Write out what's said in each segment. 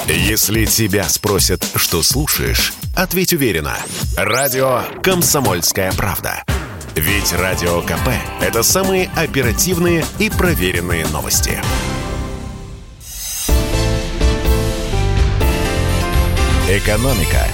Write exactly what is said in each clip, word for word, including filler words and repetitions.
Если тебя спросят, что слушаешь, ответь уверенно. Радио «Комсомольская правда». Ведь Радио КП – это самые оперативные и проверенные новости. Экономика.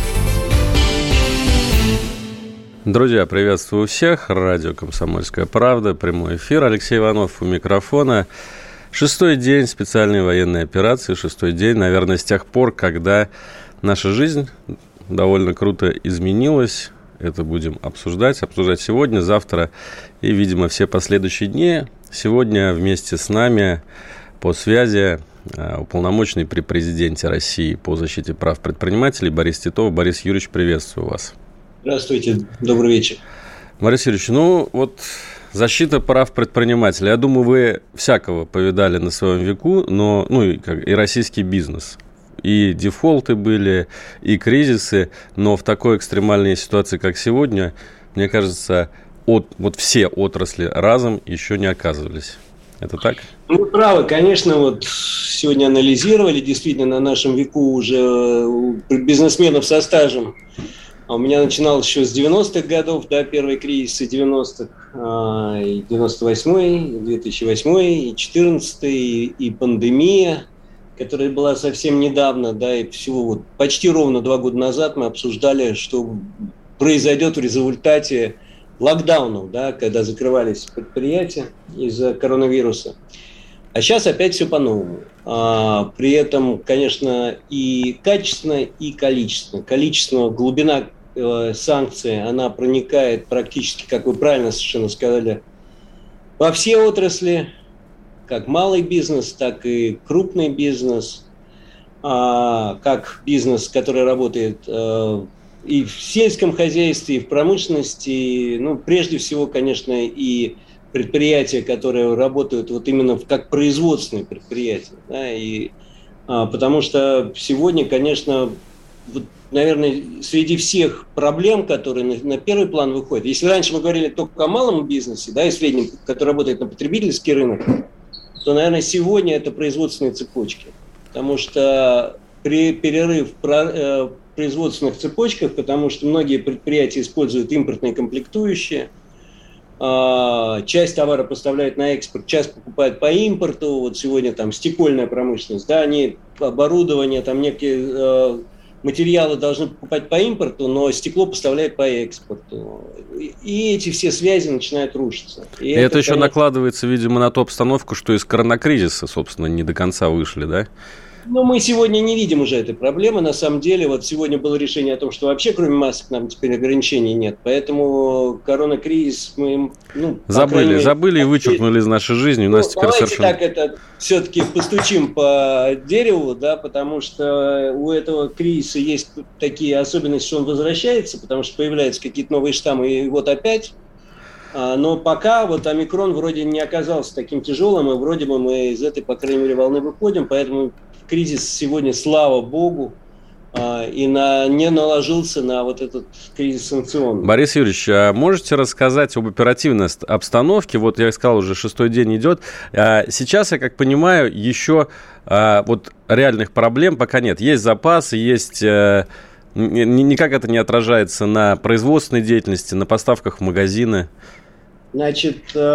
Друзья, приветствую всех. Радио «Комсомольская правда», прямой эфир. Алексей Иванов у микрофона. Шестой день специальной военной операции, шестой день, наверное, с тех пор, когда наша жизнь довольно круто изменилась. Это будем обсуждать, обсуждать сегодня, завтра и, видимо, все последующие дни. Сегодня вместе с нами по связи уполномоченный при президенте России по защите прав предпринимателей Борис Титов. Борис Юрьевич, приветствую вас. Здравствуйте, добрый вечер. Борис Юрьевич, ну вот... Защита прав предпринимателей. Я думаю, вы всякого повидали на своем веку, но, ну, и, как, и российский бизнес. И дефолты были, и кризисы, но в такой экстремальной ситуации, как сегодня, мне кажется, от, вот все отрасли разом еще не оказывались. Это так? Ну, вы правы, конечно, вот сегодня анализировали, действительно, на нашем веку уже бизнесменов со стажем. У меня начиналось еще с девяностых годов, да, первый кризис девяностых, и девяносто восьмой, две тысячи восьмой, и четырнадцатый, и пандемия, которая была совсем недавно, да, и всего вот почти ровно два года назад мы обсуждали, что произойдет в результате локдаунов, да, когда закрывались предприятия из-за коронавируса. А сейчас опять все по-новому. А, при этом, конечно, и качественно, и количественно. Количественно, глубина э, санкций, она проникает практически, как вы правильно совершенно сказали, во все отрасли, как малый бизнес, так и крупный бизнес, а, как бизнес, который работает э, и в сельском хозяйстве, и в промышленности, ну, прежде всего, конечно, и предприятия, которые работают вот именно как производственные предприятия, да, и, а, потому что сегодня, конечно, вот, наверное, среди всех проблем, которые на, на первый план выходят, если раньше мы говорили только о малом бизнесе, да, и среднем, который работает на потребительский рынок, то, наверное, сегодня это производственные цепочки, потому что при перерыв в производственных цепочках, потому что многие предприятия используют импортные комплектующие, часть товара поставляют на экспорт, часть покупают по импорту. Вот сегодня там стекольная промышленность, да, они оборудование, там некие э, материалы должны покупать по импорту, но стекло поставляют по экспорту. И, и эти все связи начинают рушиться. И, и это, это еще конечно... накладывается, видимо, на ту обстановку, что из коронакризиса, собственно, не до конца вышли, да? Но мы сегодня не видим уже этой проблемы. На самом деле, вот сегодня было решение о том, что вообще кроме масок нам теперь ограничений нет. Поэтому коронакризис мы... Ну, забыли, мере, забыли и вычеркнули из нашей жизни. У нас ну, теперь давайте совершенно... так это все-таки постучим по дереву, да, потому что у этого кризиса есть такие особенности, что он возвращается, потому что появляются какие-то новые штаммы, и вот опять... Но пока вот омикрон вроде не оказался таким тяжелым, и вроде бы мы из этой, по крайней мере, волны выходим, поэтому кризис сегодня, слава богу, и на, не наложился на вот этот кризис санкционный. Борис Юрьевич, а можете рассказать об оперативной обстановке? Вот я сказал, уже шестой день идет. Сейчас, я как понимаю, еще вот реальных проблем пока нет. Есть запасы, есть... Никак это не отражается на производственной деятельности, на поставках в магазины? Значит,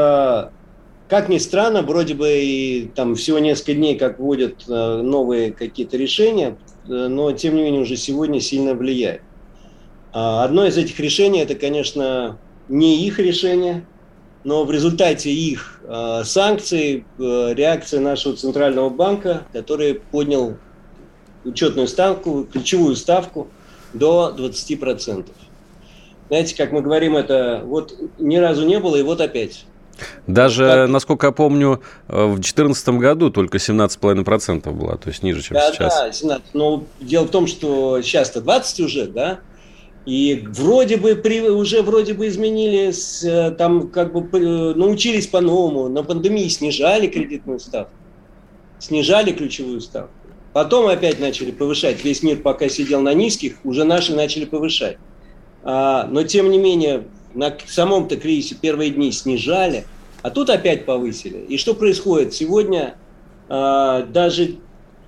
как ни странно, вроде бы и там всего несколько дней, как вводят новые какие-то решения, но тем не менее уже сегодня сильно влияет. Одно из этих решений, это, конечно, не их решение, но в результате их санкций, реакция нашего Центрального банка, который поднял учетную ставку, ключевую ставку до двадцать процентов. Знаете, как мы говорим, это вот ни разу не было, и вот опять. Даже, как... насколько я помню, в две тысячи четырнадцатом году только семнадцать целых пять десятых процента была, то есть ниже, чем да, сейчас. Да, семнадцать. Но дело в том, что сейчас-то двадцать уже, да, и вроде бы при, уже вроде бы изменились, там как бы научились по-новому, на пандемии снижали кредитную ставку, снижали ключевую ставку. Потом опять начали повышать. Весь мир пока сидел на низких, уже наши начали повышать. А, но тем не менее, на самом-то кризисе первые дни снижали, а тут опять повысили. И что происходит? Сегодня а, даже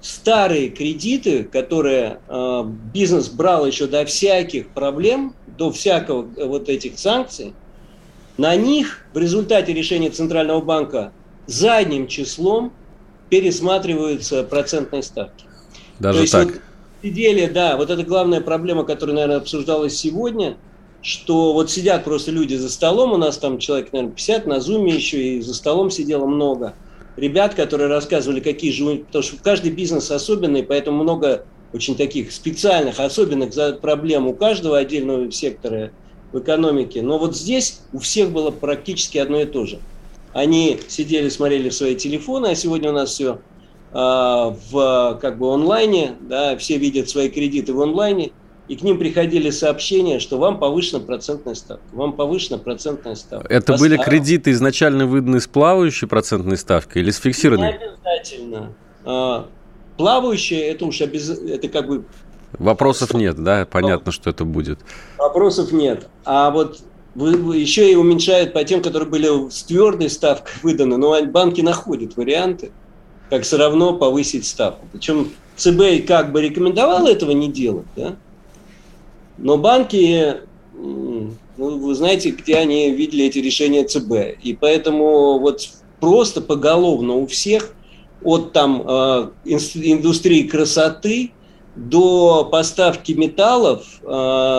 старые кредиты, которые э, бизнес брал еще до всяких проблем, до всякого вот этих санкций, на них в результате решения Центрального банка задним числом пересматриваются процентные ставки. Даже То есть так? Вот сидели, да, вот это главная проблема, которая, наверное, обсуждалась сегодня, что вот сидят просто люди за столом, у нас там человек, наверное, пятьдесят, на зуме еще и за столом сидело много ребят, которые рассказывали, какие же... Потому что каждый бизнес особенный, поэтому много очень таких специальных, особенных проблем у каждого отдельного сектора в экономике. Но вот здесь у всех было практически одно и то же. Они сидели, смотрели в свои телефоны, а сегодня у нас все а, в как бы онлайне, да, все видят свои кредиты в онлайне, и к ним приходили сообщения, что вам повышена процентная ставка, вам повышена процентная ставка. Это По были старому. Кредиты изначально выданы с плавающей процентной ставкой или с фиксированной? Не обязательно. А, плавающая, это уж обяз... это как бы... Вопросов нет, да? Понятно, что это будет. Вопросов нет. А вот еще и уменьшают по тем, которые были с твердой ставкой выданы, но банки находят варианты, как все равно повысить ставку. Причем ЦБ как бы рекомендовал этого не делать, да? Но банки, ну, вы знаете, где они видели эти решения ЦБ. И поэтому вот просто поголовно у всех, от там э, индустрии красоты до поставки металлов, э,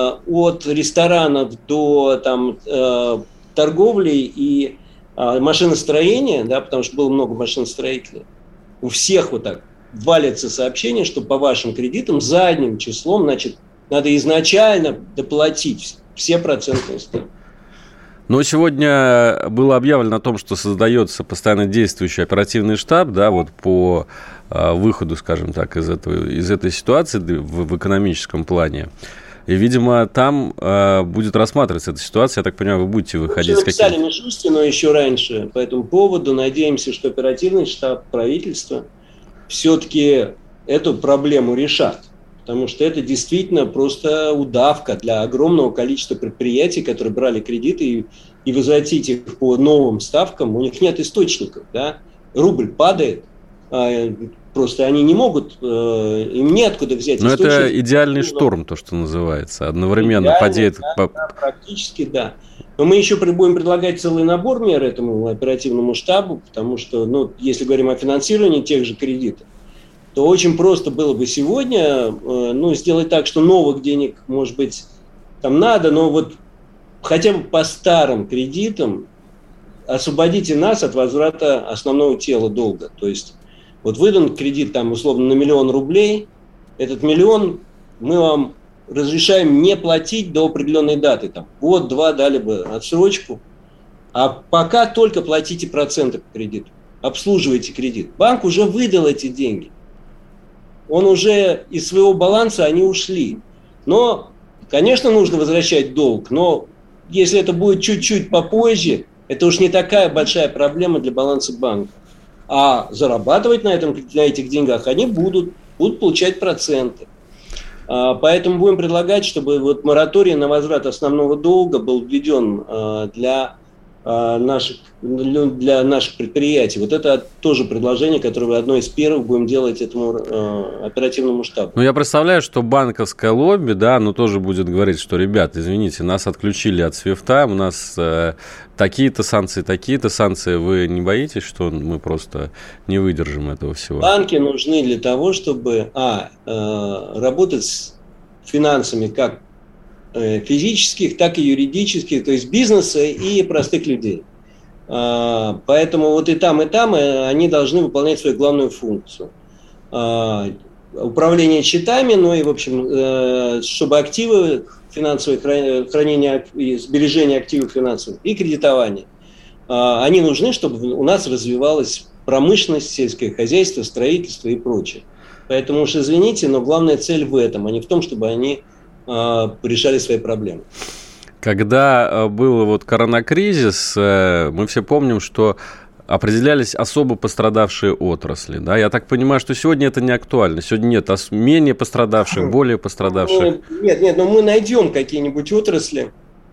от ресторанов до там, э, торговли и э, машиностроения, да, потому что было много машиностроителей, у всех вот так валятся сообщения, что по вашим кредитам задним числом, значит, надо изначально доплатить все процентные ставки. Но сегодня было объявлено о том, что создается постоянно действующий оперативный штаб, да, вот по э, выходу, скажем так, из, этого, из этой ситуации в, в экономическом плане. И, видимо, там э, будет рассматриваться эта ситуация. Я так понимаю, вы будете выходить мы с каким-то... Мы написали Мишустину еще раньше по этому поводу. Надеемся, что оперативный штаб правительства все-таки эту проблему решат. Потому что это действительно просто удавка для огромного количества предприятий, которые брали кредиты, и, и возвратить их по новым ставкам, у них нет источников. Да? Рубль падает, а, просто они не могут, а, им неоткуда взять Но источники. Это идеальный шторм, то, что называется, одновременно падеет... Да, да, практически, да. Но мы еще будем предлагать целый набор мер этому оперативному штабу, потому что, ну, если говорим о финансировании тех же кредитов, то очень просто было бы сегодня, ну, сделать так, что новых денег, может быть, там надо, но вот хотя бы по старым кредитам освободите нас от возврата основного тела долга. То есть вот выдан кредит там условно на миллион рублей, этот миллион мы вам разрешаем не платить до определенной даты, там год-два дали бы отсрочку, а пока только платите проценты по кредиту, обслуживайте кредит. Банк уже выдал эти деньги. Он уже из своего баланса, они ушли. Но, конечно, нужно возвращать долг, но если это будет чуть-чуть попозже, это уж не такая большая проблема для баланса банка. А зарабатывать на, этом, на этих деньгах они будут, будут получать проценты. А, поэтому будем предлагать, чтобы вот мораторий на возврат основного долга был введен а, для, а, наших, для наших предприятий. Вот это тоже предложение, которое одно из первых будем делать этому а, оперативному штабу. Ну, я представляю, что банковское лобби, да, оно тоже будет говорить, что, ребят, извините, нас отключили от свифта, у нас э, такие-то санкции, такие-то санкции. Вы не боитесь, что мы просто не выдержим этого всего? Банки нужны для того, чтобы а, э, работать с финансами как э, физических, так и юридических, то есть бизнеса и простых людей. А, поэтому вот и там, и там они должны выполнять свою главную функцию. А, управление счетами, ну и, в общем, э, чтобы активы финансовые, хранение и сбережение активов финансовых и кредитование, а, они нужны, чтобы у нас развивалась промышленность, сельское хозяйство, строительство и прочее. Поэтому уж извините, но главная цель в этом, а не в том, чтобы они э, решали свои проблемы. Когда был вот коронакризис, мы все помним, что определялись особо пострадавшие отрасли. Да? Я так понимаю, что сегодня это не актуально. Сегодня нет менее пострадавших, более пострадавших. Нет, нет, но мы найдем какие-нибудь отрасли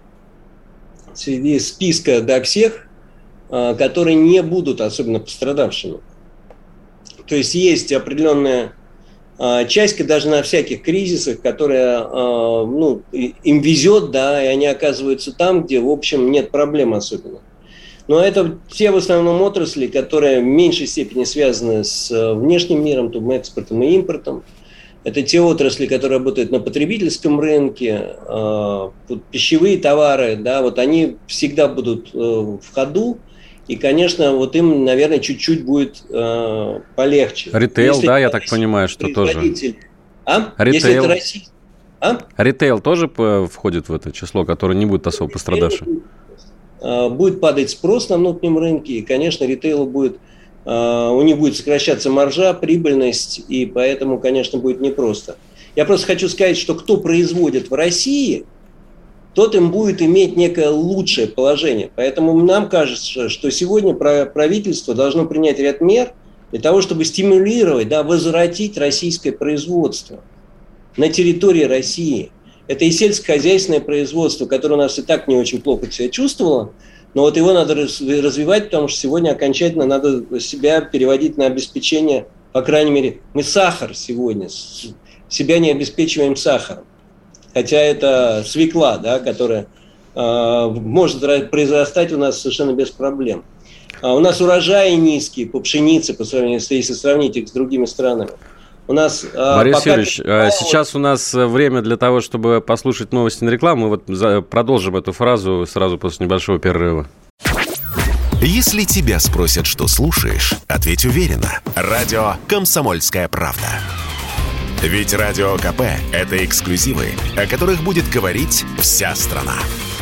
среди списка до всех, которые не будут особенно пострадавшими. То есть есть определенная часть даже на всяких кризисах, которые ну, им везет, да, и они оказываются там, где, в общем, нет проблем особенно. Но это те в основном отрасли, которые в меньшей степени связаны с внешним миром, там, экспортом и импортом. Это те отрасли, которые работают на потребительском рынке, пищевые товары, да, вот они всегда будут в ходу. И, конечно, вот им, наверное, чуть-чуть будет э, полегче. Ритейл, если да, я так понимаю, что тоже. А? Ритейл. Если это Россия... а? Ритейл тоже входит в это число, которое не будет особо пострадавшим? Будет падать спрос на внутреннем рынке, и, конечно, ритейлу будет, у них будет сокращаться маржа, прибыльность, и поэтому, конечно, будет непросто. Я просто хочу сказать, что кто производит в России, тот им будет иметь некое лучшее положение. Поэтому нам кажется, что сегодня правительство должно принять ряд мер для того, чтобы стимулировать, да, возвратить российское производство на территории России. Это и сельскохозяйственное производство, которое у нас и так не очень плохо себя чувствовало, но вот его надо развивать, потому что сегодня окончательно надо себя переводить на обеспечение, по крайней мере, мы сахар сегодня, себя не обеспечиваем сахаром. Хотя это свекла, да, которая э, может произрастать у нас совершенно без проблем. А у нас урожаи низкие по пшенице, по сравнению, если сравнить их с другими странами. У нас, э, Борис пока... Юрьевич, э, сейчас у нас время для того, чтобы послушать новости на рекламу. Мы вот за... продолжим эту фразу сразу после небольшого перерыва. Если тебя спросят, что слушаешь, ответь уверенно. Радио «Комсомольская правда». Ведь Радио КП – это эксклюзивы, о которых будет говорить вся страна.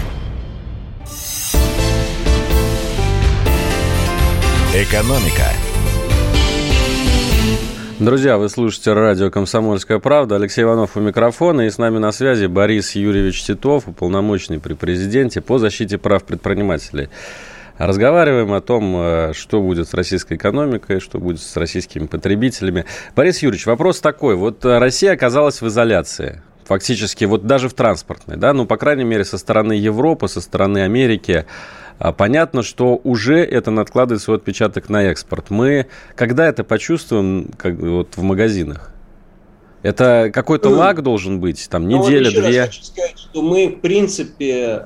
Экономика. Друзья, вы слушаете радио «Комсомольская правда». Алексей Иванов у микрофона. И с нами на связи Борис Юрьевич Титов, уполномоченный при президенте по защите прав предпринимателей. Разговариваем о том, что будет с российской экономикой, что будет с российскими потребителями. Борис Юрьевич, вопрос такой. Вот Россия оказалась в изоляции, фактически, вот даже в транспортной, да, ну, по крайней мере, со стороны Европы, со стороны Америки. Понятно, что уже это накладывает свой отпечаток на экспорт. Мы когда это почувствуем, как, вот, в магазинах? Это какой-то ну, лаг должен быть, там, неделя, ну, вот две? Я хочу сказать, что мы, в принципе...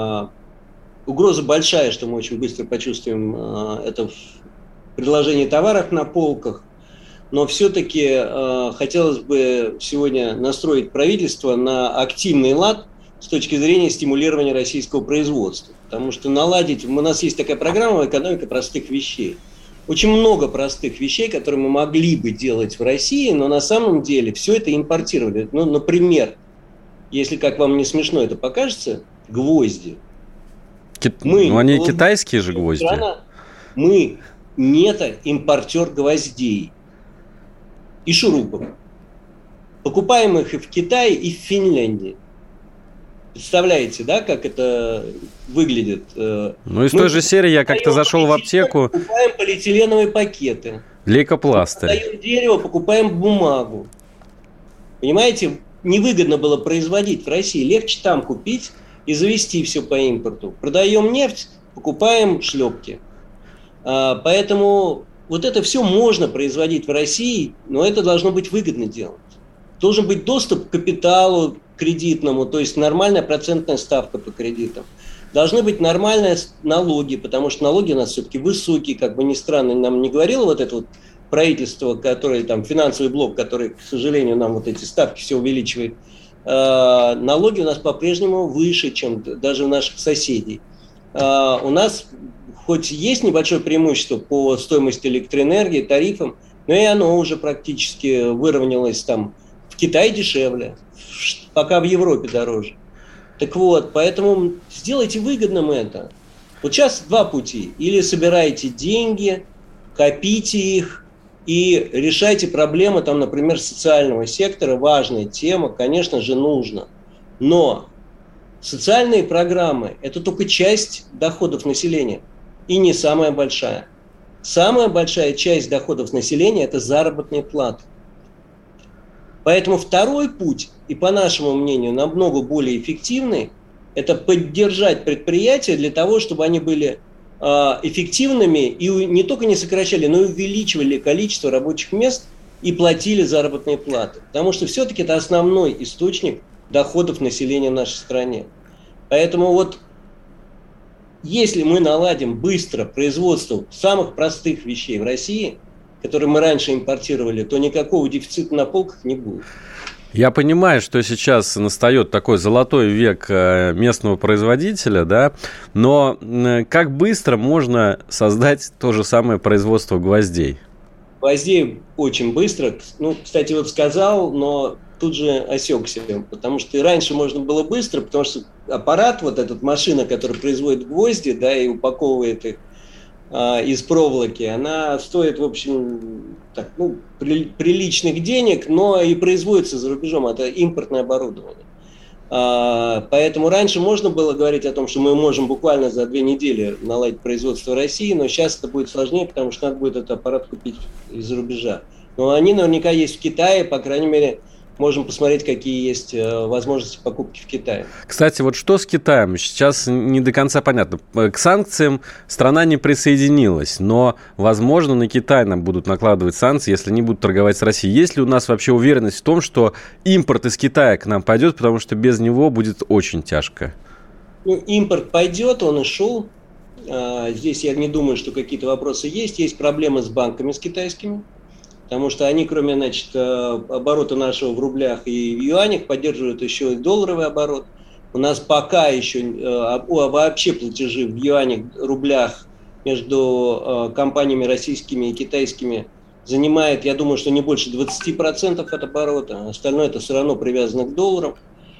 Угроза большая, что мы очень быстро почувствуем э, это в предложении товаров на полках, но все-таки э, хотелось бы сегодня настроить правительство на активный лад с точки зрения стимулирования российского производства. Потому что наладить... У нас есть такая программа «Экономика простых вещей». Очень много простых вещей, которые мы могли бы делать в России, но на самом деле все это импортировали. Ну, например, если, как вам не смешно это покажется, гвозди. Кит... Мы, ну, они китайские же гвозди. Страна, мы нет импортер гвоздей и шурупов. Покупаем их и в Китае, и в Финляндии. Представляете, да, как это выглядит? Ну, из мы той же серии я как-то зашел в аптеку. Покупаем полиэтиленовые пакеты. Лейкопластырь. Покупаем дерево, покупаем бумагу. Понимаете, невыгодно было производить в России. Легче там купить и завести все по импорту. Продаем нефть, покупаем шлепки. А, поэтому вот это все можно производить в России, но это должно быть выгодно делать. Должен быть доступ к капиталу кредитному, то есть нормальная процентная ставка по кредитам. Должны быть нормальные налоги, потому что налоги у нас все-таки высокие, как бы ни странно, нам не говорило вот это вот правительство, которое там финансовый блок, который, к сожалению, нам вот эти ставки все увеличивает. Налоги у нас по-прежнему выше, чем даже у наших соседей. У нас хоть есть небольшое преимущество по стоимости электроэнергии, тарифам, но и оно уже практически выровнялось там. В Китае дешевле, пока в Европе дороже. Так вот, поэтому сделайте выгодным это. Вот сейчас два пути. Или собираете деньги, копите их, и решайте проблемы, там, например, социального сектора. Важная тема, конечно же, нужно. Но социальные программы – это только часть доходов населения. И не самая большая. Самая большая часть доходов населения – это заработные платы. Поэтому второй путь, и по нашему мнению, намного более эффективный, это поддержать предприятия для того, чтобы они были эффективными и не только не сокращали, но и увеличивали количество рабочих мест и платили заработные платы. Потому что все-таки это основной источник доходов населения в нашей стране. Поэтому вот если мы наладим быстро производство самых простых вещей в России, которые мы раньше импортировали, то никакого дефицита на полках не будет. Я понимаю, что сейчас настает такой золотой век местного производителя, да, но как быстро можно создать то же самое производство гвоздей? Гвоздей очень быстро. Ну, кстати, вот сказал, но тут же осекся, потому что и раньше можно было быстро, потому что аппарат, вот эта машина, которая производит гвозди, да, и упаковывает их а, из проволоки, она стоит, в общем, так, ну, при, приличных денег, но и производится за рубежом, это импортное оборудование. А, поэтому раньше можно было говорить о том, что мы можем буквально за две недели наладить производство в России, но сейчас это будет сложнее, потому что надо будет этот аппарат купить из-за рубежа. Но они наверняка есть в Китае, по крайней мере, можем посмотреть, какие есть возможности покупки в Китае. Кстати, вот что с Китаем? Сейчас не до конца понятно. К санкциям страна не присоединилась, но, возможно, на Китай нам будут накладывать санкции, если не будут торговать с Россией. Есть ли у нас вообще уверенность в том, что импорт из Китая к нам пойдет, потому что без него будет очень тяжко? Ну, импорт пойдет, он и шел. Здесь я не думаю, что какие-то вопросы есть. Есть проблемы с банками, с китайскими. Потому что они, кроме, значит, оборота нашего в рублях и в юанях, поддерживают еще и долларовый оборот. У нас пока еще вообще платежи в юанях, рублях между компаниями российскими и китайскими занимает, я думаю, что не больше двадцать процентов от оборота. Остальное это все равно привязано к долларам.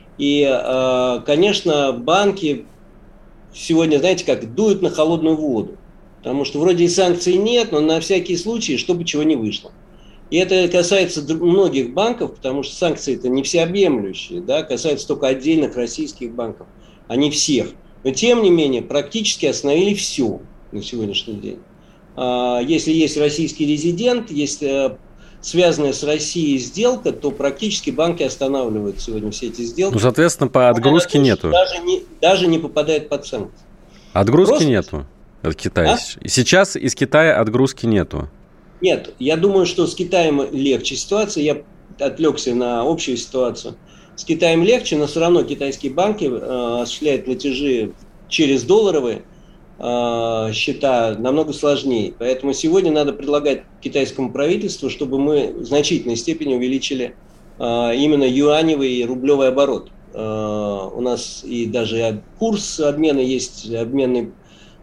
И, конечно, банки сегодня, знаете, как дуют на холодную воду. Потому что вроде и санкций нет, но на всякий случай, чтобы чего не вышло. И это касается многих банков, потому что санкции-то не всеобъемлющие, да, касаются только отдельных российских банков, а не всех. Но тем не менее, практически остановили все на сегодняшний день. Если есть российский резидент, если связанная с Россией сделка, то практически банки останавливают сегодня все эти сделки. Ну, соответственно, по отгрузке а нету. Даже не, даже не попадает под санкции. Отгрузки Просто... нету от Китая. А? Сейчас из Китая отгрузки нету. Нет, я думаю, что с Китаем легче ситуация. Я отвлекся на общую ситуацию. С Китаем легче, но все равно китайские банки э, осуществляют платежи через долларовые э, счета намного сложнее. Поэтому сегодня надо предлагать китайскому правительству, чтобы мы в значительной степени увеличили э, именно юаневый и рублевый оборот. Э, у нас и даже курс обмена есть, обменный,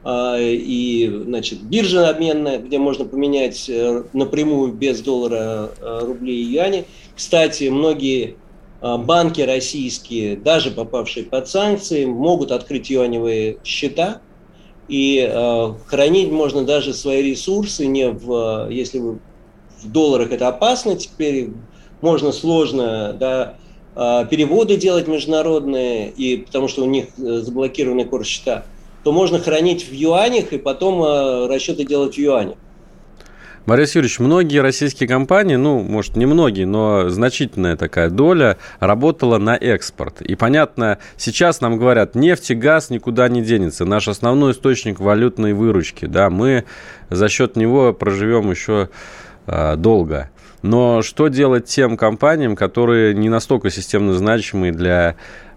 и, значит, биржа обменная, где можно поменять напрямую без доллара рубли и юани. Кстати, многие банки российские, даже попавшие под санкции, могут открыть юаневые счета, и хранить можно даже свои ресурсы, не в, если вы в долларах это опасно, теперь можно сложно, да, переводы делать международные, и, потому что у них заблокированы курс счета, то можно хранить в юанях и потом э, расчеты делать в юанях. Борис Юрьевич, многие российские компании, ну, может, не многие, но значительная такая доля работала на экспорт. И, понятно, сейчас нам говорят, нефть и газ никуда не денется. Наш основной источник валютной выручки, да, мы за счет него проживем еще э, долго. Но что делать тем компаниям, которые не настолько системно значимые для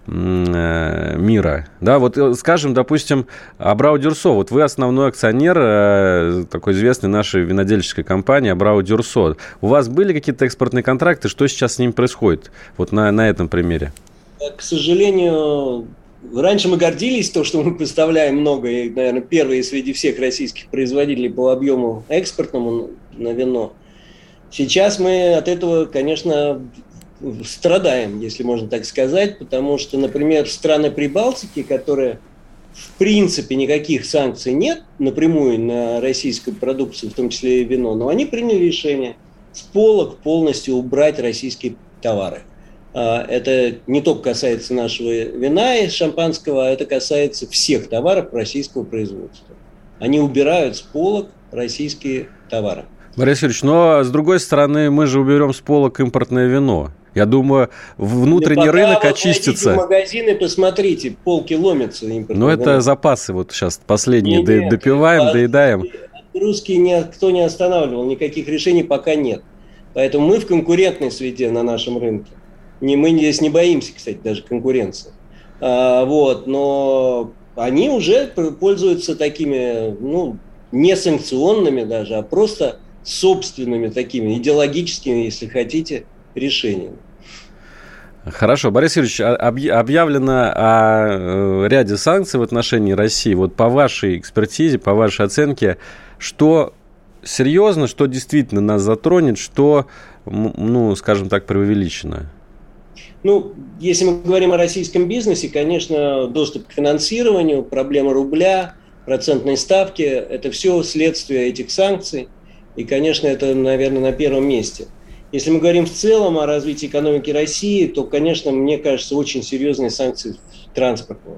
мира? Да, вот, скажем, допустим, Абрау Дюрсо. Вот вы основной акционер такой известной нашей винодельческой компании Абрау Дюрсо. У вас были какие-то экспортные контракты? Что сейчас с ними происходит? Вот на, на этом примере. К сожалению, раньше мы гордились то, что мы поставляем много, и, наверное, первые среди всех российских производителей по объему экспортному на вино. Сейчас мы от этого, конечно, страдаем, если можно так сказать, потому что, например, страны Прибалтики, которые в принципе никаких санкций нет напрямую на российскую продукцию, в том числе и вино, но они приняли решение с полок полностью убрать российские товары. Это не только касается нашего вина и шампанского, а это касается всех товаров российского производства. Они убирают с полок российские товары. Борис Юрьевич, но, с другой стороны, мы же уберем с полок импортное вино. Я думаю, внутренний да рынок вы очистится. В магазины, посмотрите, полки ломятся. Ну, это вино. Запасы вот сейчас последние нет, допиваем, нет, доедаем. Русские никто не останавливал, никаких решений пока нет. Поэтому мы в конкурентной среде на нашем рынке. Не, мы здесь не боимся, кстати, даже конкуренции. А, вот, но они уже пользуются такими, ну, не санкционными даже, а просто собственными такими идеологическими, если хотите, решениями. Хорошо. Борис Юрьевич, объявлено о ряде санкций в отношении России. Вот по вашей экспертизе, по вашей оценке, что серьезно, что действительно нас затронет, что, ну, скажем так, преувеличено? Ну, если мы говорим о российском бизнесе, конечно, доступ к финансированию, проблема рубля, процентной ставки – это все следствие этих санкций. И, конечно, это, наверное, на первом месте. Если мы говорим в целом о развитии экономики России, то, конечно, мне кажется, очень серьезные санкции транспортные.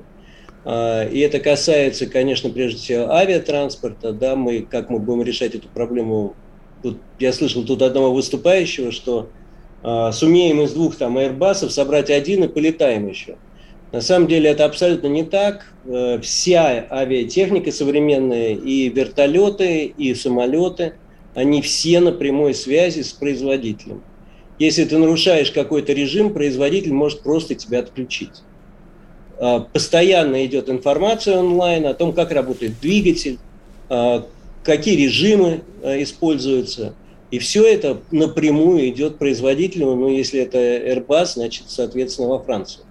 И это касается, конечно, прежде всего авиатранспорта. Да, мы, как мы будем решать эту проблему? Тут, я слышал тут одного выступающего, что а, сумеем из двух там Airbus'ов собрать один и полетаем еще. На самом деле это абсолютно не так. Вся авиатехника современная, и вертолеты, и самолеты, они все на прямой связи с производителем. Если ты нарушаешь какой-то режим, производитель может просто тебя отключить. Постоянно идет информация онлайн о том, как работает двигатель, какие режимы используются. И все это напрямую идет производителю. Ну, если это Airbus, значит, соответственно, во Францию.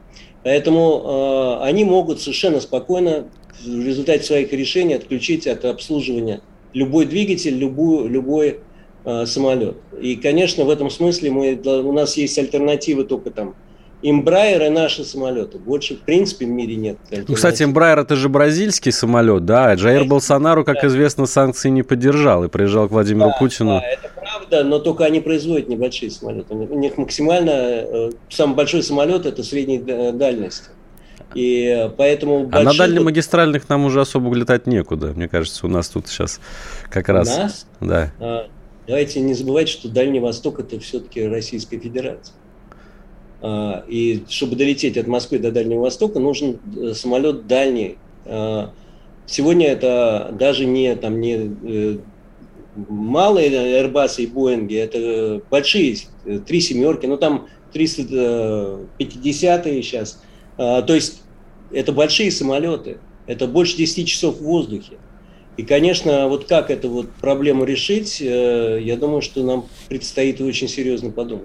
Поэтому э, они могут совершенно спокойно в результате своих решений отключить от обслуживания любой двигатель, любую, любой э, самолет. И, конечно, в этом смысле мы, у нас есть альтернативы только там Embraer и наши самолеты. Больше, в принципе, в мире нет. Ну, кстати, Embraer – это же бразильский самолет, да? Джаир Болсонару, как да. известно, санкции не поддержал и приезжал к Владимиру да, Путину. Да, это правда, но только они производят небольшие самолеты. У них максимально, самый большой самолет – это средней дальности. И поэтому а на дальнемагистральных нам уже особо летать некуда. Мне кажется, у нас тут сейчас как раз… У нас? Да. А, давайте не забывайте, что Дальний Восток – это все-таки Российская Федерация. И чтобы долететь от Москвы до Дальнего Востока, нужен самолет дальний. Сегодня это даже не, там, не малые Airbus и Boeing, это большие, три семерки, ну там триста пятидесятые сейчас. То есть это большие самолеты, это больше десяти часов в воздухе. И, конечно, вот как эту вот проблему решить, я думаю, что нам предстоит очень серьезно подумать.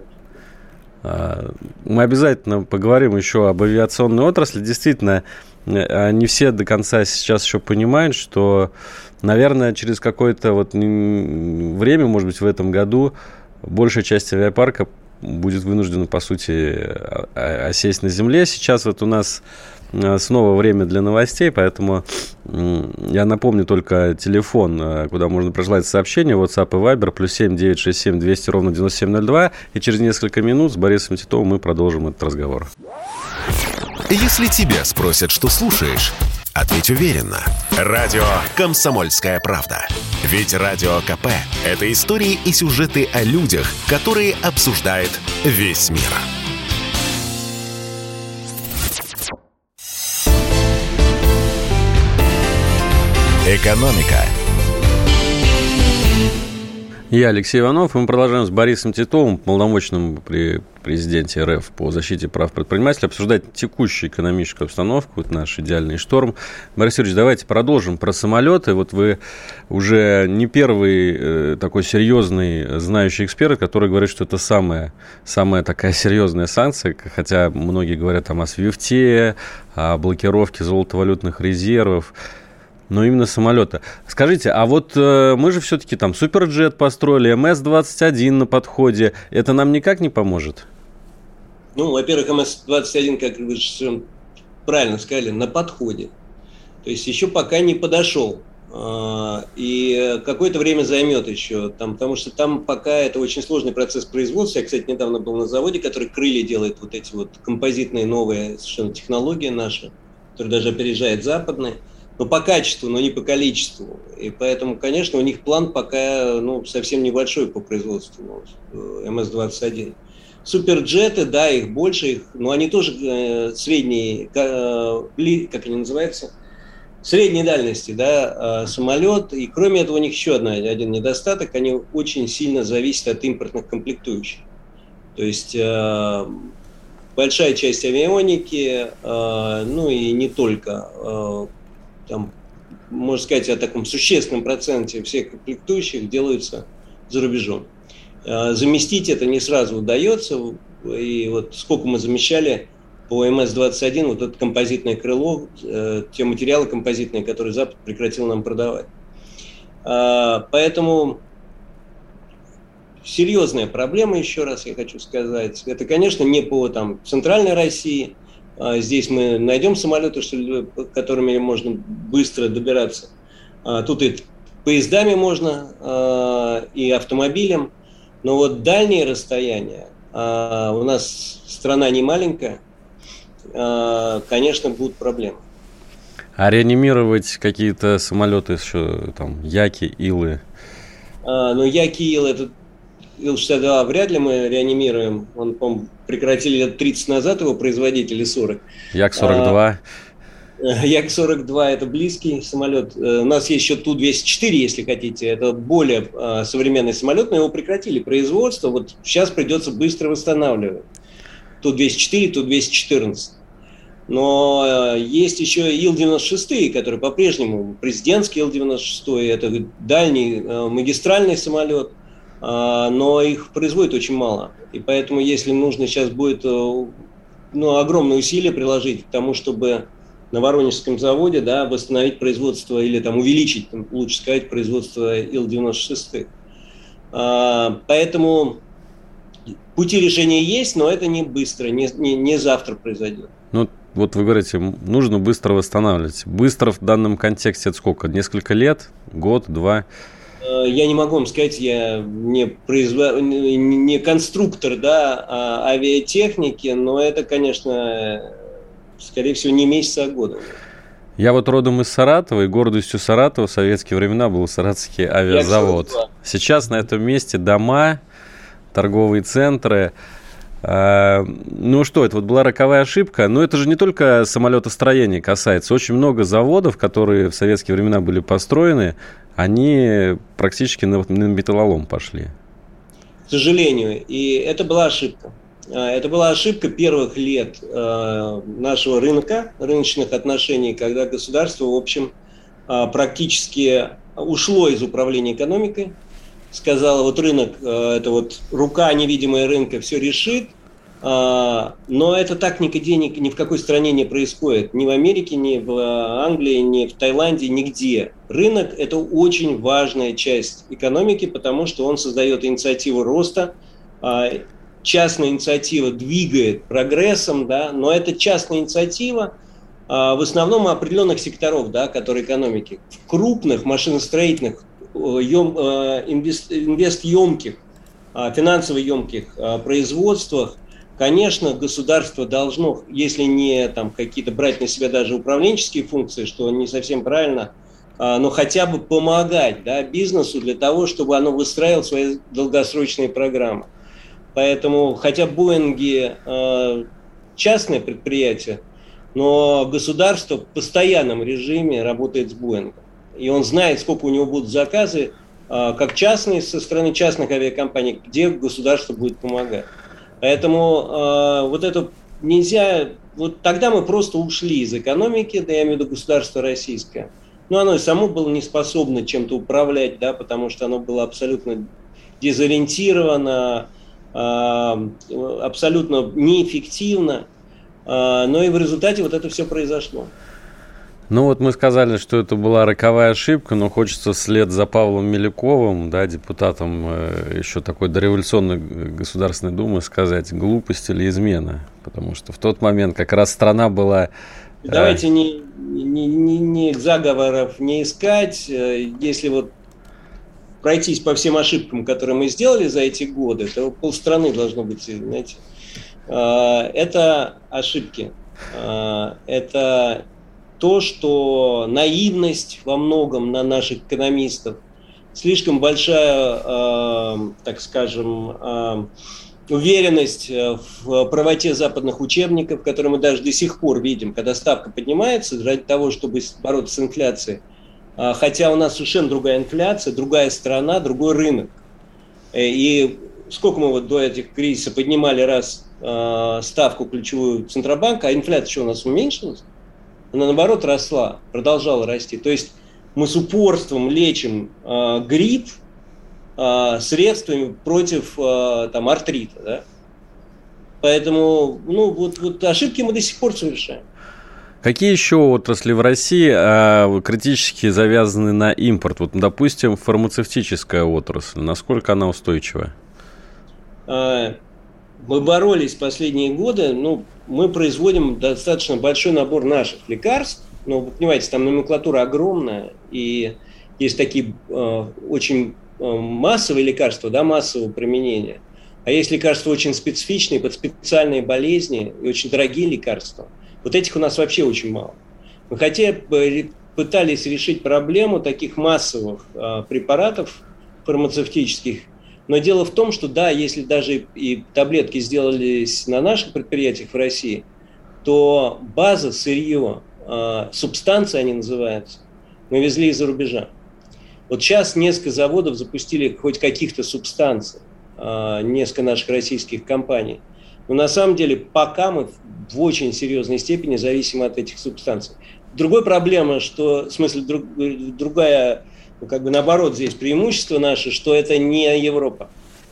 Мы обязательно поговорим еще об авиационной отрасли. Действительно, не все до конца сейчас еще понимают, что, наверное, через какое-то вот время, может быть, в этом году, большая часть авиапарка будет вынуждена, по сути, осесть на земле. Сейчас вот у нас снова время для новостей, поэтому я напомню только телефон, куда можно присылать сообщения, WhatsApp и Viber, плюс семь девятьсот шестьдесят семь двести ровно девяносто семь ноль два, и через несколько минут с Борисом Титовым мы продолжим этот разговор. Если тебя спросят, что слушаешь, ответь уверенно. Радио «Комсомольская правда». Ведь Радио КП – это истории и сюжеты о людях, которые обсуждает весь мир. Экономика. Я Алексей Иванов, и мы продолжаем с Борисом Титовым, полномочным при президенте РФ по защите прав предпринимателей, обсуждать текущую экономическую обстановку, вот наш идеальный шторм. Борис Юрьевич, давайте продолжим про самолеты. Вот вы уже не первый э, такой серьезный, знающий эксперт, который говорит, что это самая, самая такая серьезная санкция, хотя многие говорят там о свифте, о блокировке золотовалютных резервов. Но именно самолета. Скажите, а вот э, мы же все-таки там Суперджет построили, эм эс двадцать один на подходе. Это нам никак не поможет? Ну, во-первых, эм эс двадцать один, как вы же правильно сказали, на подходе. То есть еще пока не подошел. И какое-то время займет еще. Там, потому что там пока это очень сложный процесс производства. Я, кстати, недавно был на заводе, который крылья делает, вот эти вот композитные новые совершенно технологии наши, которые даже опережают западные. Но по качеству, но не по количеству. И поэтому, конечно, у них план пока ну, совсем небольшой по производству эм эс двадцать один. Суперджеты, да, их больше, их, но они тоже э, средние, э, как они называются, средней дальности, да, самолет. И кроме этого у них еще одна, один недостаток. Они очень сильно зависят от импортных комплектующих. То есть большая часть авионики, ну и не только, там, можно сказать, о таком существенном проценте всех комплектующих делаются за рубежом. Заместить это не сразу удается. И вот сколько мы замещали по эм эс двадцать один, вот это композитное крыло, те материалы композитные, которые Запад прекратил нам продавать. Поэтому серьезная проблема, еще раз я хочу сказать. Это, конечно, не по там, центральной России. Здесь мы найдем самолеты, что, которыми можно быстро добираться. Тут и поездами можно, и автомобилем. Но вот дальние расстояния, у нас страна не маленькая, конечно, будут проблемы. А реанимировать какие-то самолеты еще, там, Яки, Илы? Ну, Яки, Илы, это ил шестьдесят два вряд ли мы реанимируем. Он, по-моему, прекратили лет тридцать назад его производить, или сорок. Як сорок два. Як сорок два – это близкий самолет. У нас есть еще Ту двести четыре, если хотите. Это более современный самолет, но его прекратили производство. Вот сейчас придется быстро восстанавливать. Ту двести четыре, Ту двести четырнадцать. Но есть еще Ил девяносто шесть, который по-прежнему президентский Ил девяносто шесть. Это дальний магистральный самолет. Но их производят очень мало. И поэтому, если нужно сейчас будет ну, огромные усилия приложить к тому, чтобы на Воронежском заводе, да, восстановить производство или там увеличить, там, лучше сказать, производство Ил девяносто шесть. А, поэтому пути решения есть, но это не быстро, не, не, не завтра произойдет. Ну, вот вы говорите, нужно быстро восстанавливать. Быстро в данном контексте это сколько? Несколько лет? Год, два? Я не могу вам сказать, я не, производ... не конструктор, да, авиатехники, но это, конечно... Скорее всего, не месяца, а года. Я вот родом из Саратова, и гордостью Саратова в советские времена был Саратовский авиазавод. Сейчас на этом месте дома, торговые центры. Ну что, это вот была роковая ошибка. Но это же не только самолетостроение касается. Очень много заводов, которые в советские времена были построены, они практически на, на металлолом пошли. К сожалению. И это была ошибка. Это была ошибка первых лет нашего рынка, рыночных отношений, когда государство, в общем, практически ушло из управления экономикой, сказало, вот рынок, это вот рука невидимая рынка все решит, но это так нигде, ни в какой стране не происходит, ни в Америке, ни в Англии, ни в Таиланде, нигде. Рынок – это очень важная часть экономики, потому что он создает инициативу роста. Частная инициатива двигает прогрессом, да, но это частная инициатива а, в основном определенных секторов, да, которые экономики. В крупных машиностроительных, ем, а, инвест, инвестъемких, а, финансово емких а, производствах, конечно, государство должно, если не там, какие-то брать на себя даже управленческие функции, что не совсем правильно, а, но хотя бы помогать, да, бизнесу для того, чтобы оно выстраивало свои долгосрочные программы. Поэтому, хотя Боинги э, частное предприятие, но государство в постоянном режиме работает с Боингом. И он знает, сколько у него будут заказы, э, как частные, со стороны частных авиакомпаний, где государство будет помогать. Поэтому э, вот это нельзя... Вот тогда мы просто ушли из экономики, да я имею в виду государство российское. Но оно и само было не способно чем-то управлять, да, потому что оно было абсолютно дезориентировано, абсолютно неэффективно, но и в результате вот это все произошло. Ну вот мы сказали, что это была роковая ошибка, но хочется вслед за Павлом Меляковым, да, депутатом еще такой дореволюционной Государственной Думы, сказать, глупость или измена, потому что в тот момент как раз страна была... Давайте не, не, не, не заговоров не искать, если вот пройтись по всем ошибкам, которые мы сделали за эти годы, то полстраны должно быть, знаете. Это ошибки. Это то, что наивность во многом на наших экономистов, слишком большая, так скажем, уверенность в правоте западных учебников, которые мы даже до сих пор видим, когда ставка поднимается ради того, чтобы бороться с инфляцией. Хотя у нас совершенно другая инфляция, другая страна, другой рынок. И сколько мы вот до этих кризисов поднимали раз ставку ключевую Центробанка, а инфляция что, у нас уменьшилась? Она, наоборот, росла, продолжала расти. То есть мы с упорством лечим грипп средствами против там, артрита. Да? Поэтому ну, вот, вот ошибки мы до сих пор совершаем. Какие еще отрасли в России а, критически завязаны на импорт? Вот, допустим, фармацевтическая отрасль. Насколько она устойчива? Мы боролись последние годы. Ну, мы производим достаточно большой набор наших лекарств. Но вы понимаете, там номенклатура огромная. И есть такие э, очень массовые лекарства, да, массового применения. А есть лекарства очень специфичные, под специальные болезни и очень дорогие лекарства. Вот этих у нас вообще очень мало. Мы хотя бы пытались решить проблему таких массовых а, препаратов фармацевтических, но дело в том, что да, если даже и таблетки сделались на наших предприятиях в России, то база, сырье, а, субстанции они называются, мы везли из-за рубежа. Вот сейчас несколько заводов запустили хоть каких-то субстанций, несколько наших российских компаний. Но на самом деле пока мы в очень серьезной степени зависимы от этих субстанций. Другая проблема, что, в смысле, друг, другая, ну, как бы наоборот здесь преимущество наше, что это не Европа,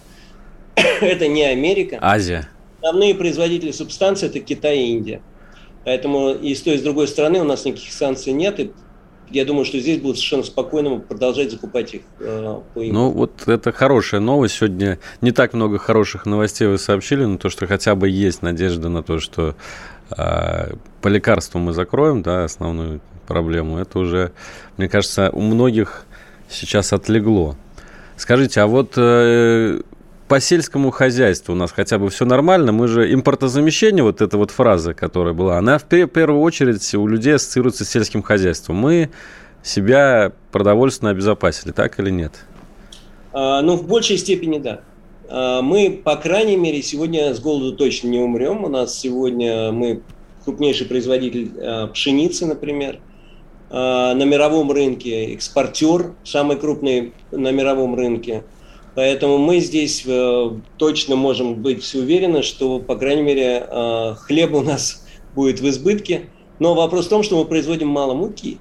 это не Америка. Азия. Основные производители субстанций – это Китай и Индия. Поэтому и с той, и с другой стороны у нас никаких санкций нет, и я думаю, что здесь будут совершенно спокойно продолжать закупать их э, по имени. Ну, вот это хорошая новость. Сегодня не так много хороших новостей вы сообщили, но то, что хотя бы есть надежда на то, что э, по лекарствам мы закроем, да, основную проблему, это уже, мне кажется, у многих сейчас отлегло. Скажите, а вот э, по сельскому хозяйству у нас хотя бы все нормально? Мы же импортозамещение, вот эта вот фраза, которая была, она в первую очередь у людей ассоциируется с сельским хозяйством. Мы себя продовольственно обезопасили, так или нет? А, ну, в большей степени да. А, мы, по крайней мере, сегодня с голоду точно не умрем. У нас сегодня мы крупнейший производитель а, пшеницы, например, а, на мировом рынке, экспортер, самый крупный на мировом рынке. Поэтому мы здесь э, точно можем быть уверены, что, по крайней мере, э, хлеба у нас будет в избытке. Но вопрос в том, что мы производим мало муки.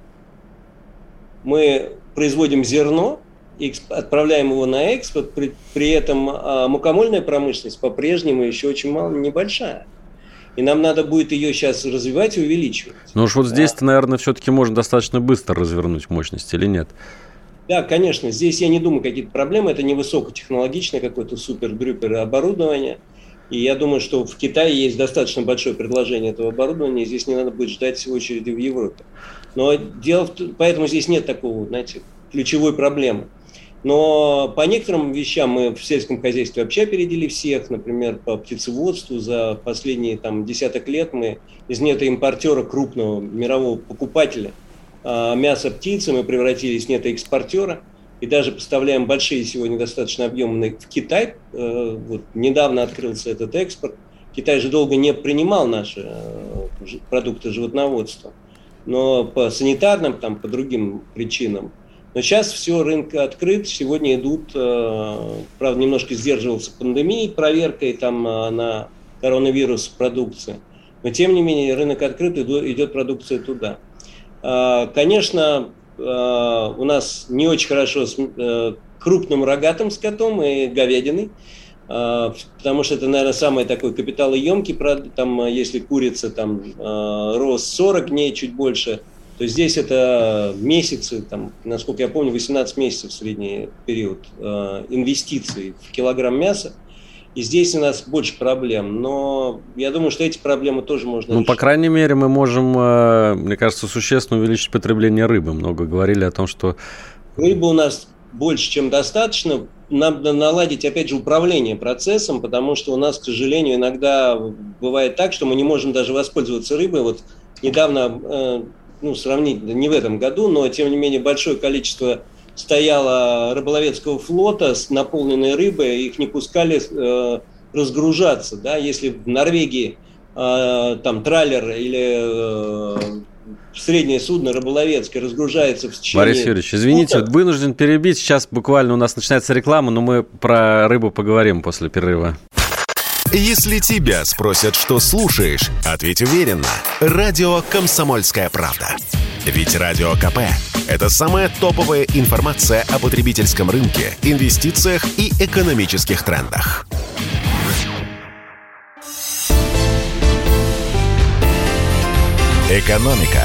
Мы производим зерно, эксп- отправляем его на экспорт, при, при этом э, мукомольная промышленность по-прежнему еще очень мало, небольшая. И нам надо будет ее сейчас развивать и увеличивать. Ну уж вот здесь-то, наверное, все-таки можно достаточно быстро развернуть мощность или нет? Да, конечно, здесь я не думаю, какие-то проблемы, это не высокотехнологичное какое-то супер-дрюпер оборудование, и я думаю, что в Китае есть достаточно большое предложение этого оборудования, и здесь не надо будет ждать очереди в Европе. Но дело в том, поэтому здесь нет такого, знаете, ключевой проблемы. Но по некоторым вещам мы в сельском хозяйстве вообще опередили всех, например, по птицеводству за последние там, десяток лет мы из нетоимпортера крупного мирового покупателя мясо птицы мы превратились в нетоэкспортера и даже поставляем большие сегодня достаточно объемы в Китай. Вот, недавно открылся этот экспорт. Китай же долго не принимал наши продукты животноводства, но по санитарным, там, по другим причинам. Но сейчас все, рынок открыт, сегодня идут, правда, немножко сдерживался пандемией, проверкой там, на коронавирус продукции, но тем не менее рынок открыт, идет продукция туда. Конечно, у нас не очень хорошо с крупным рогатым скотом и говядиной, потому что это, наверное, самый такой капиталоемкий продукт. Там, если курица там, рост сорок дней, чуть больше, то здесь это месяцы, там, насколько я помню, восемнадцать месяцев средний период инвестиций в килограмм мяса. И здесь у нас больше проблем, но я думаю, что эти проблемы тоже можно ну, решить. По крайней мере, мы можем, мне кажется, существенно увеличить потребление рыбы. Много говорили о том, что... Рыбы у нас больше, чем достаточно. Надо наладить, опять же, управление процессом, потому что у нас, к сожалению, иногда бывает так, что мы не можем даже воспользоваться рыбой. Вот недавно, ну, сравнить, не в этом году, но, тем не менее, большое количество... стояло рыболовецкого флота с наполненной рыбой, их не пускали э, разгружаться, да, если в Норвегии э, там траллер или э, среднее судно рыболовецкое разгружается в течение... Борис Юрьевич, извините, вот вынужден перебить, сейчас буквально у нас начинается реклама, но мы про рыбу поговорим после перерыва. Если тебя спросят, что слушаешь, ответь уверенно. Радио «Комсомольская правда». Ведь Радио КП – это самая топовая информация о потребительском рынке, инвестициях и экономических трендах. Экономика.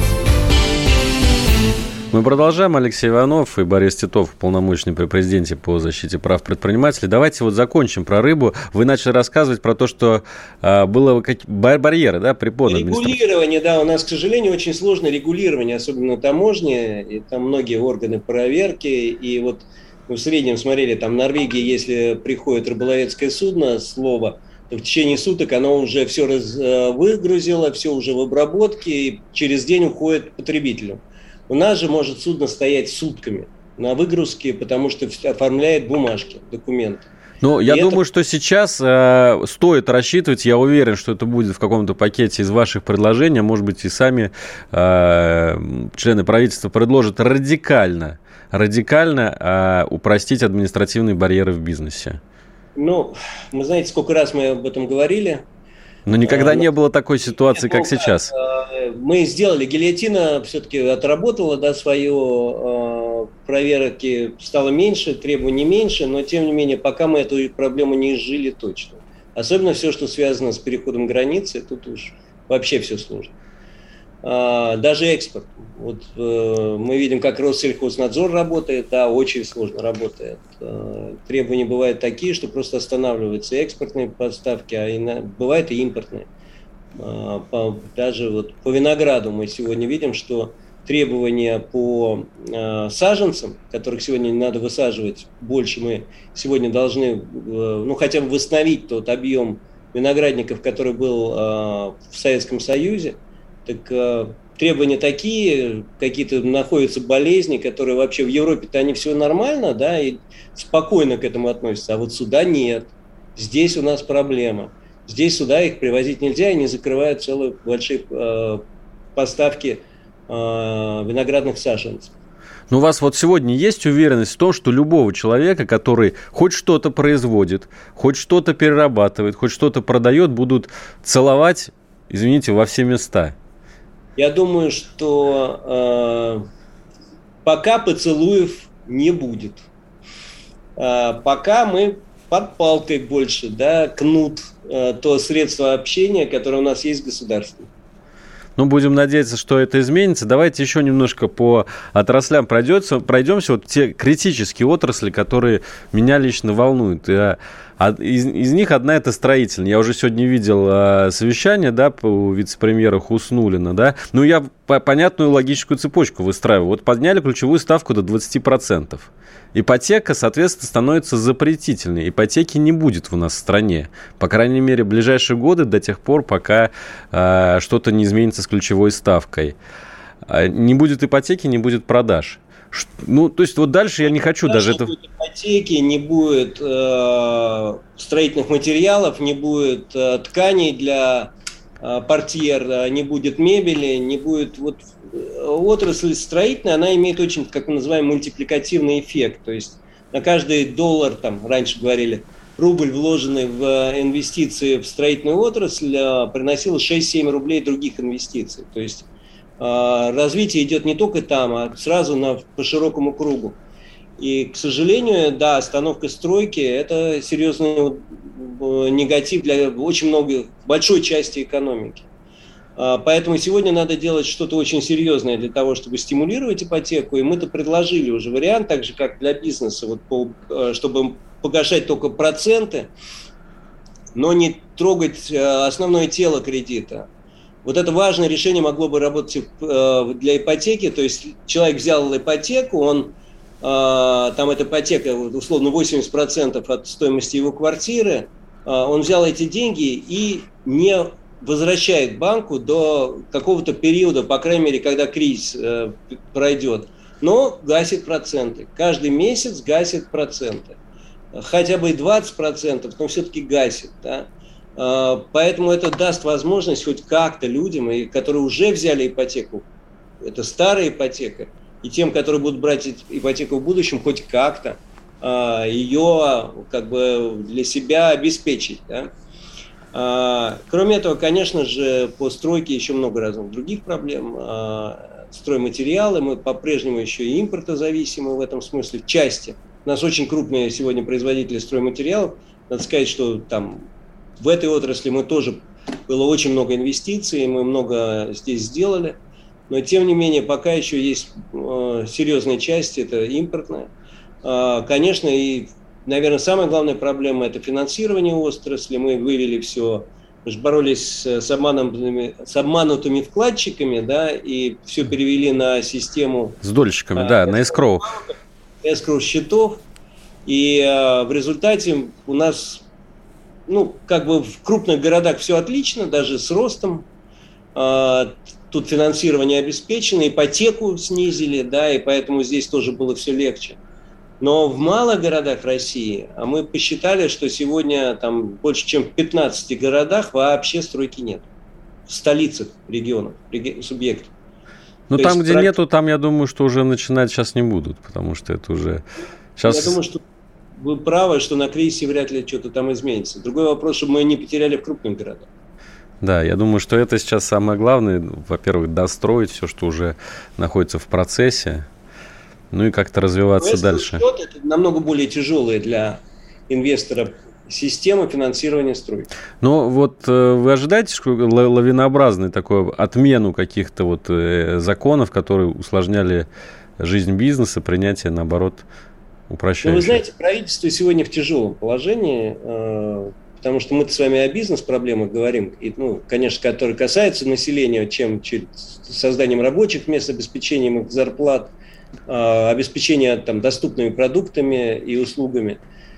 Мы продолжаем. Алексей Иванов и Борис Титов, полномочный при президенте по защите прав предпринимателей. Давайте вот закончим про рыбу. Вы начали рассказывать про то, что а, было какие барьеры, да, препоны. Регулирование, да, у нас, к сожалению, очень сложное регулирование, особенно на таможне, и там многие органы проверки, и вот мы в среднем смотрели, там в Норвегии, если приходит рыболовецкое судно, слово, то в течение суток оно уже все раз, выгрузило, все уже в обработке, и через день уходит потребителю. У нас же может судно стоять сутками на выгрузке, потому что оформляет бумажки, документы. Ну, я И думаю, это... что сейчас э, стоит рассчитывать, я уверен, что это будет в каком-то пакете из ваших предложений, может быть, и сами э, члены правительства предложат радикально, радикально э, упростить административные барьеры в бизнесе. Ну, вы знаете, сколько раз мы об этом говорили. Но никогда а, не было такой ситуации, как ну, сейчас. Мы сделали, гильотина все-таки отработала, да, свое, проверки стало меньше, требований меньше, но тем не менее, пока мы эту проблему не изжили точно. Особенно все, что связано с переходом границы, тут уж вообще все сложно. Даже экспорт. Вот мы видим, как Россельхознадзор работает, да, очень сложно работает. Требования бывают такие, что просто останавливаются экспортные поставки, а и бывают и импортные. Даже вот по винограду мы сегодня видим, что требования по саженцам, которых сегодня не надо высаживать больше, мы сегодня должны, ну, хотя бы восстановить тот объем виноградников, который был в Советском Союзе. Так э, требования такие, какие-то находятся болезни, которые вообще в Европе-то они все нормально, да, и спокойно к этому относятся, а вот сюда нет. Здесь у нас проблема. Здесь сюда их привозить нельзя, и не закрывают целые большие э, поставки э, виноградных саженцев. Но у вас вот сегодня есть уверенность в том, что любого человека, который хоть что-то производит, хоть что-то перерабатывает, хоть что-то продает, будут целовать, извините, во все места? Я думаю, что э, пока поцелуев не будет. Э, пока мы под палкой больше, да, кнут э, то средство общения, которое у нас есть в государстве. Ну, будем надеяться, что это изменится. Давайте еще немножко по отраслям пройдется, пройдемся. Вот те критические отрасли, которые меня лично волнуют. Из, из них одна – это строительная. Я уже сегодня видел а, совещание, да, у вице-премьера Хуснуллина, да. Ну, я по- понятную логическую цепочку выстраиваю. Вот подняли ключевую ставку до двадцать процентов. Ипотека, соответственно, становится запретительной. Ипотеки не будет у нас в стране. По крайней мере, в ближайшие годы, до тех пор, пока а, что-то не изменится с ключевой ставкой. А, не будет ипотеки, не будет продаж. Ну, то есть вот дальше я не хочу дальше даже не это... будет ипотеки, не будет э, строительных материалов, не будет э, тканей для э, портьер, не будет мебели, не будет... Вот, отрасль строительная, она имеет очень, как мы называем, мультипликативный эффект. То есть на каждый доллар, там раньше говорили, рубль, вложенный в инвестиции в строительную отрасль, э, приносил шесть-семь рублей других инвестиций. То есть развитие идет не только там, а сразу на, по широкому кругу. И, к сожалению, да, остановка стройки – это серьезный негатив для очень многих, большой части экономики. Поэтому сегодня надо делать что-то очень серьезное для того, чтобы стимулировать ипотеку. И мы-то предложили уже вариант, так же, как для бизнеса, вот по, чтобы погашать только проценты, но не трогать основное тело кредита. Вот это важное решение могло бы работать для ипотеки, то есть человек взял ипотеку, он, там эта ипотека, условно, восемьдесят процентов от стоимости его квартиры, он взял эти деньги и не возвращает банку до какого-то периода, по крайней мере, когда кризис пройдет, но гасит проценты, каждый месяц гасит проценты. хотя бы и двадцать процентов, но все-таки гасит. Да? Поэтому это даст возможность хоть как-то людям, которые уже взяли ипотеку, это старая ипотека, и тем, которые будут брать ипотеку в будущем, хоть как-то ее как бы для себя обеспечить. Да? Кроме этого, конечно же, по стройке еще много разных других проблем. Стройматериалы, мы по-прежнему еще и импортозависимы в этом смысле, в части. У нас очень крупные сегодня производители стройматериалов. Надо сказать, что там в этой отрасли мы тоже было очень много инвестиций, мы много здесь сделали. Но тем не менее, пока еще есть э, серьезные части, это импортная. Э, конечно, и, наверное, самая главная проблема – это финансирование отрасли. Мы вывели все, мы же боролись с, обманутыми, с обманутыми вкладчиками, да, и все перевели на систему… С дольщиками, э, да, на эскроу. Эскроу счетов. И э, в результате у нас, ну, как бы в крупных городах все отлично, даже с ростом. Э, Тут финансирование обеспечено, ипотеку снизили, да, и поэтому здесь тоже было все легче. Но в малых городах России, а мы посчитали, что сегодня там больше, чем в пятнадцати городах вообще стройки нет. В столицах регионов, реги- субъектов. Ну, То там, есть, где про... нету, там, я думаю, что уже начинать сейчас не будут, потому что это уже… Сейчас... Я думаю, что вы правы, что на кризисе вряд ли что-то там изменится. Другой вопрос, чтобы мы не потеряли в крупных городах. Да, я думаю, что это сейчас самое главное. Во-первых, достроить все, что уже находится в процессе, ну и как-то развиваться дальше. Счет – это намного более тяжелая для инвестора система финансирования стройки. Ну вот э, вы ожидаете лавинообразную такую отмену каких-то вот э, законов, которые усложняли жизнь бизнеса, принятие, наоборот, упрощающих? Ну, вы знаете, правительство сегодня в тяжелом положении, э, потому что мы с вами о бизнес-проблемах говорим, и, ну, конечно, которые касаются населения, чем через созданием рабочих мест, обеспечением их зарплат, э, обеспечение там, доступными продуктами и услугами.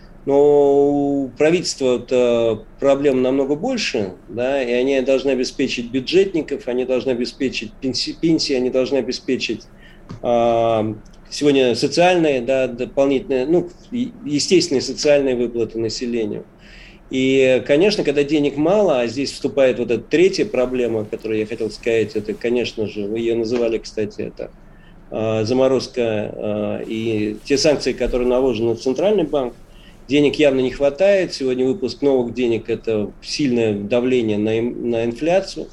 Но у правительства проблем намного больше, да, и они должны обеспечить бюджетников, они должны обеспечить пенсии, пенсии, они должны обеспечить э, сегодня социальные, да, дополнительные, ну, естественные социальные выплаты населению. И, конечно, когда денег мало, а здесь вступает вот эта третья проблема, которую я хотел сказать, это, конечно же, вы ее называли, кстати, это э, заморозка э, и те санкции, которые наложены на Центральный банк. Денег явно не хватает. Сегодня выпуск новых денег – это сильное давление на, на инфляцию.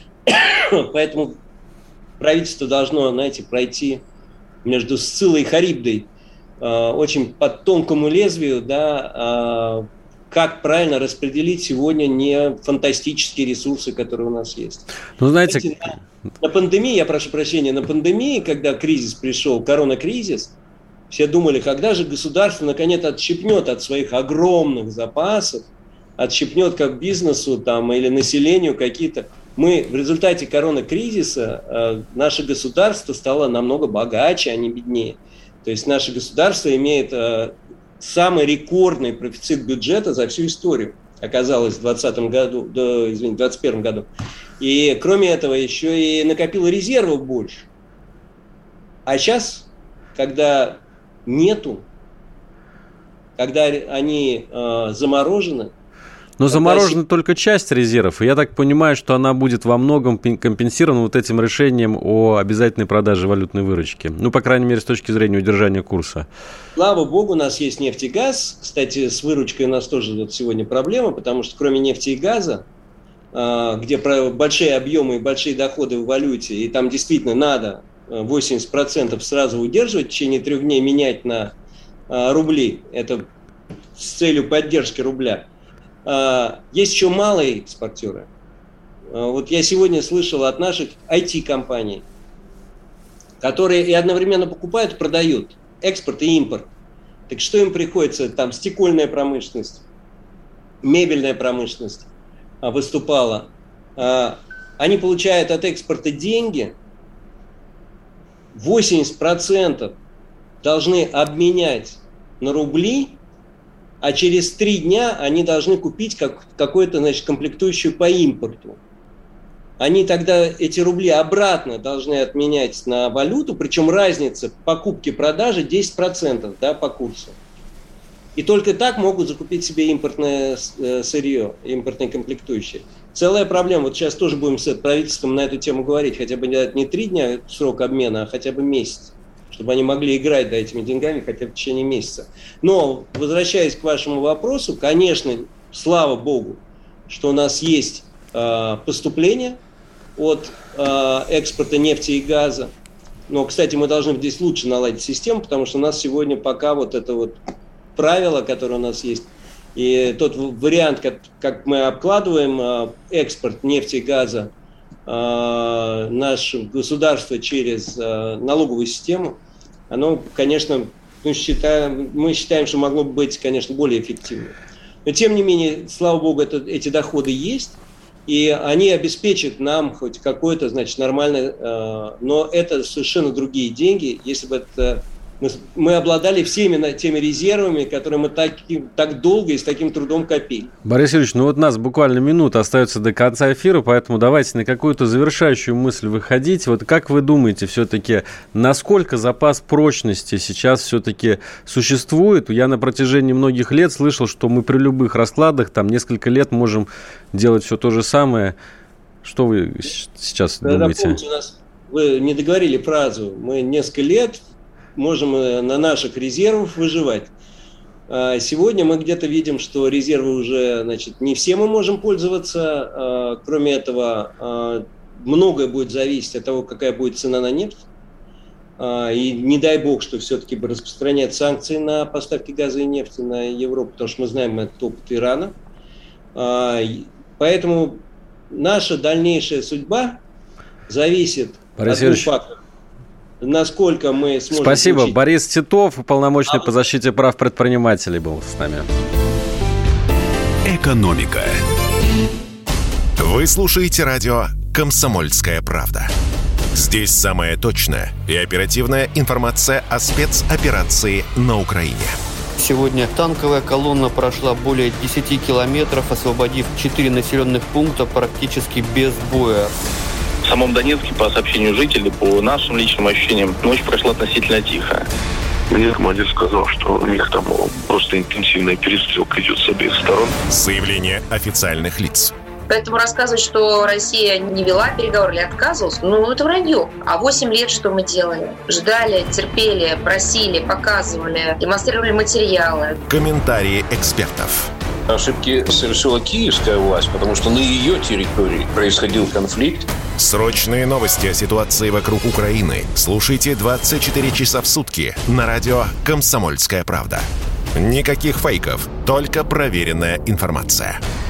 Поэтому правительство должно, знаете, пройти между Сциллой и Харибдой э, очень по тонкому лезвию, да, э, как правильно распределить сегодня не фантастические ресурсы, которые у нас есть. Ну, знаете, знаете на, на пандемии, я прошу прощения, на пандемии, когда кризис пришел, коронакризис, все думали, когда же государство наконец отщипнет от своих огромных запасов, отщипнет как бизнесу там, или населению какие-то. Мы в результате коронакризиса, э, наше государство стало намного богаче, а не беднее. То есть наше государство имеет э, самый рекордный профицит бюджета за всю историю, оказалось в двадцатом году, да, извините, в двадцать первом году. И кроме этого еще и накопило резервов больше. А сейчас, когда нету, когда они э, заморожены. Но заморожена си... только часть резервов. И я так понимаю, что она будет во многом компенсирована вот этим решением о обязательной продаже валютной выручки. Ну, по крайней мере, с точки зрения удержания курса. Слава богу, у нас есть нефть и газ. Кстати, с выручкой у нас тоже вот сегодня проблема, потому что кроме нефти и газа, э, где большие объемы и большие доходы в валюте, и там действительно надо восемьдесят процентов сразу удерживать, в течение трех дней менять на а, рубли, это с целью поддержки рубля. А, есть еще малые экспортеры. А, вот я сегодня слышал от наших ай ти-компаний, которые и одновременно покупают и продают экспорт и импорт. Так что им приходится? Там стекольная промышленность, мебельная промышленность а, выступала. А, они получают от экспорта деньги, восемьдесят процентов должны обменять на рубли, а через три дня они должны купить как, какую-то, значит, комплектующую по импорту. Они тогда эти рубли обратно должны отменять на валюту, причем разница покупки-продажи десять процентов, да, по курсу. И только так могут закупить себе импортное сырье, импортные комплектующие. Целая проблема. Вот сейчас тоже будем с правительством на эту тему говорить. Хотя бы не три дня срок обмена, а хотя бы месяц. Чтобы они могли играть да, этими деньгами хотя бы в течение месяца. Но, возвращаясь к вашему вопросу, конечно, слава богу, что у нас есть э, поступление от э, экспорта нефти и газа. Но, кстати, мы должны здесь лучше наладить систему, потому что у нас сегодня пока вот это вот правило, которое у нас есть, и тот вариант, как, как мы обкладываем э, экспорт нефти и газа э, наше государство через э, налоговую систему, оно, конечно, мы считаем, мы считаем, что могло бы быть, конечно, более эффективным. Но, тем не менее, слава богу, это, эти доходы есть, и они обеспечат нам хоть какое-то, значит, нормальное, э, но это совершенно другие деньги, если бы это... Мы, мы обладали всеми теми резервами, которые мы так, так долго и с таким трудом копили. Борис Юрьевич, ну вот у нас буквально минута остается до конца эфира, поэтому давайте на какую-то завершающую мысль выходить. Вот как вы думаете, все-таки, насколько запас прочности сейчас все-таки существует? Я на протяжении многих лет слышал, что мы при любых раскладах там несколько лет можем делать все то же самое. Что вы сейчас да, думаете? Помните, у нас, вы не договорили фразу. Мы несколько лет можем на наших резервах выживать. Сегодня мы где-то видим, что резервы уже, значит, не все мы можем пользоваться. Кроме этого, многое будет зависеть от того, какая будет цена на нефть. И не дай бог, что все-таки распространять санкции на поставки газа и нефти на Европу, потому что мы знаем этот опыт Ирана. Поэтому наша дальнейшая судьба зависит Борис от двух факторов. Насколько мы сможем... Спасибо. Получить... Борис Титов, уполномоченный а... по защите прав предпринимателей, был с нами. Экономика. Вы слушаете радио «Комсомольская правда». Здесь самая точная и оперативная информация о спецоперации на Украине. Сегодня танковая колонна прошла более десять километров, освободив четыре населенных пункта практически без боя. В самом Донецке, по сообщению жителей, по нашим личным ощущениям, ночь прошла относительно тихо. Мне командир сказал, что у них там просто интенсивная перестрелка идет с обеих сторон. Заявление официальных лиц. Поэтому рассказывать, что Россия не вела переговоры или отказывалась, ну, это вранье. А восемь лет что мы делали? Ждали, терпели, просили, показывали, демонстрировали материалы. Комментарии экспертов. Ошибки совершила киевская власть, потому что на ее территории происходил конфликт. Срочные новости о ситуации вокруг Украины слушайте двадцать четыре часа в сутки на радио «Комсомольская правда». Никаких фейков, только проверенная информация.